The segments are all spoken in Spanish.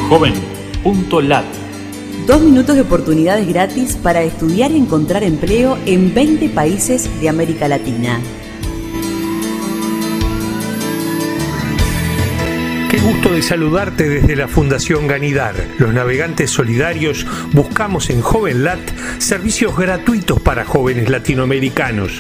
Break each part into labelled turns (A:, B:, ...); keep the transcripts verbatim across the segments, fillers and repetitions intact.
A: joven punto lat.
B: Dos minutos de oportunidades gratis para estudiar y encontrar empleo en veinte países de América Latina.
C: Qué gusto de saludarte desde la Fundación Ganidar. Los navegantes solidarios buscamos en JovenLat servicios gratuitos para jóvenes latinoamericanos.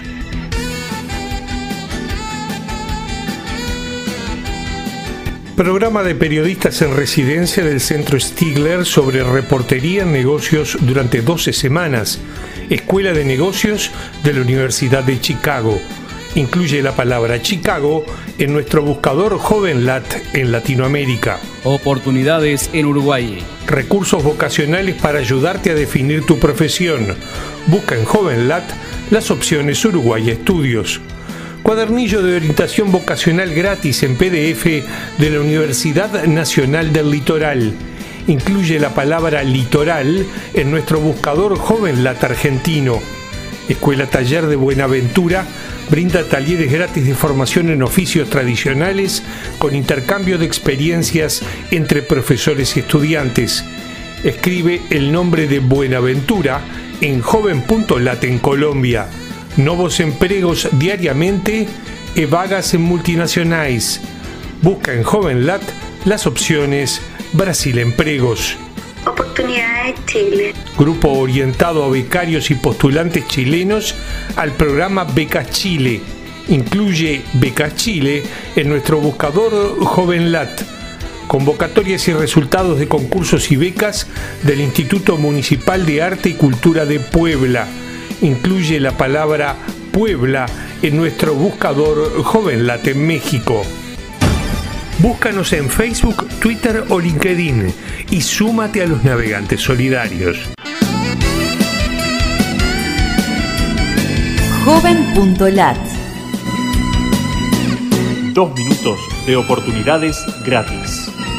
C: Programa de periodistas en residencia del Centro Stigler sobre reportería en negocios durante doce semanas. Escuela de Negocios de la Universidad de Chicago. Incluye la palabra Chicago en nuestro buscador JovenLat en Latinoamérica.
D: Oportunidades en Uruguay.
C: Recursos vocacionales para ayudarte a definir tu profesión. Busca en JovenLat las opciones Uruguay Estudios. Cuadernillo de orientación vocacional gratis en P D F de la Universidad Nacional del Litoral. Incluye la palabra litoral en nuestro buscador JovenLat argentino. Escuela Taller de Buenaventura brinda talleres gratis de formación en oficios tradicionales con intercambio de experiencias entre profesores y estudiantes. Escribe el nombre de Buenaventura en joven punto lat en Colombia. Novos empregos diariamente e vagas en multinacionales. Busca en JovenLat las opciones Brasil Empregos.
E: Oportunidades Chile.
C: Grupo orientado a becarios y postulantes chilenos al programa Becas Chile. Incluye Becas Chile en nuestro buscador JovenLat. Convocatorias y resultados de concursos y becas del Instituto Municipal de Arte y Cultura de Puebla. Incluye la palabra Puebla en nuestro buscador JovenLat en México. Búscanos en Facebook, Twitter o LinkedIn y súmate a los navegantes solidarios.
B: joven punto lat.
A: Dos minutos de oportunidades gratis.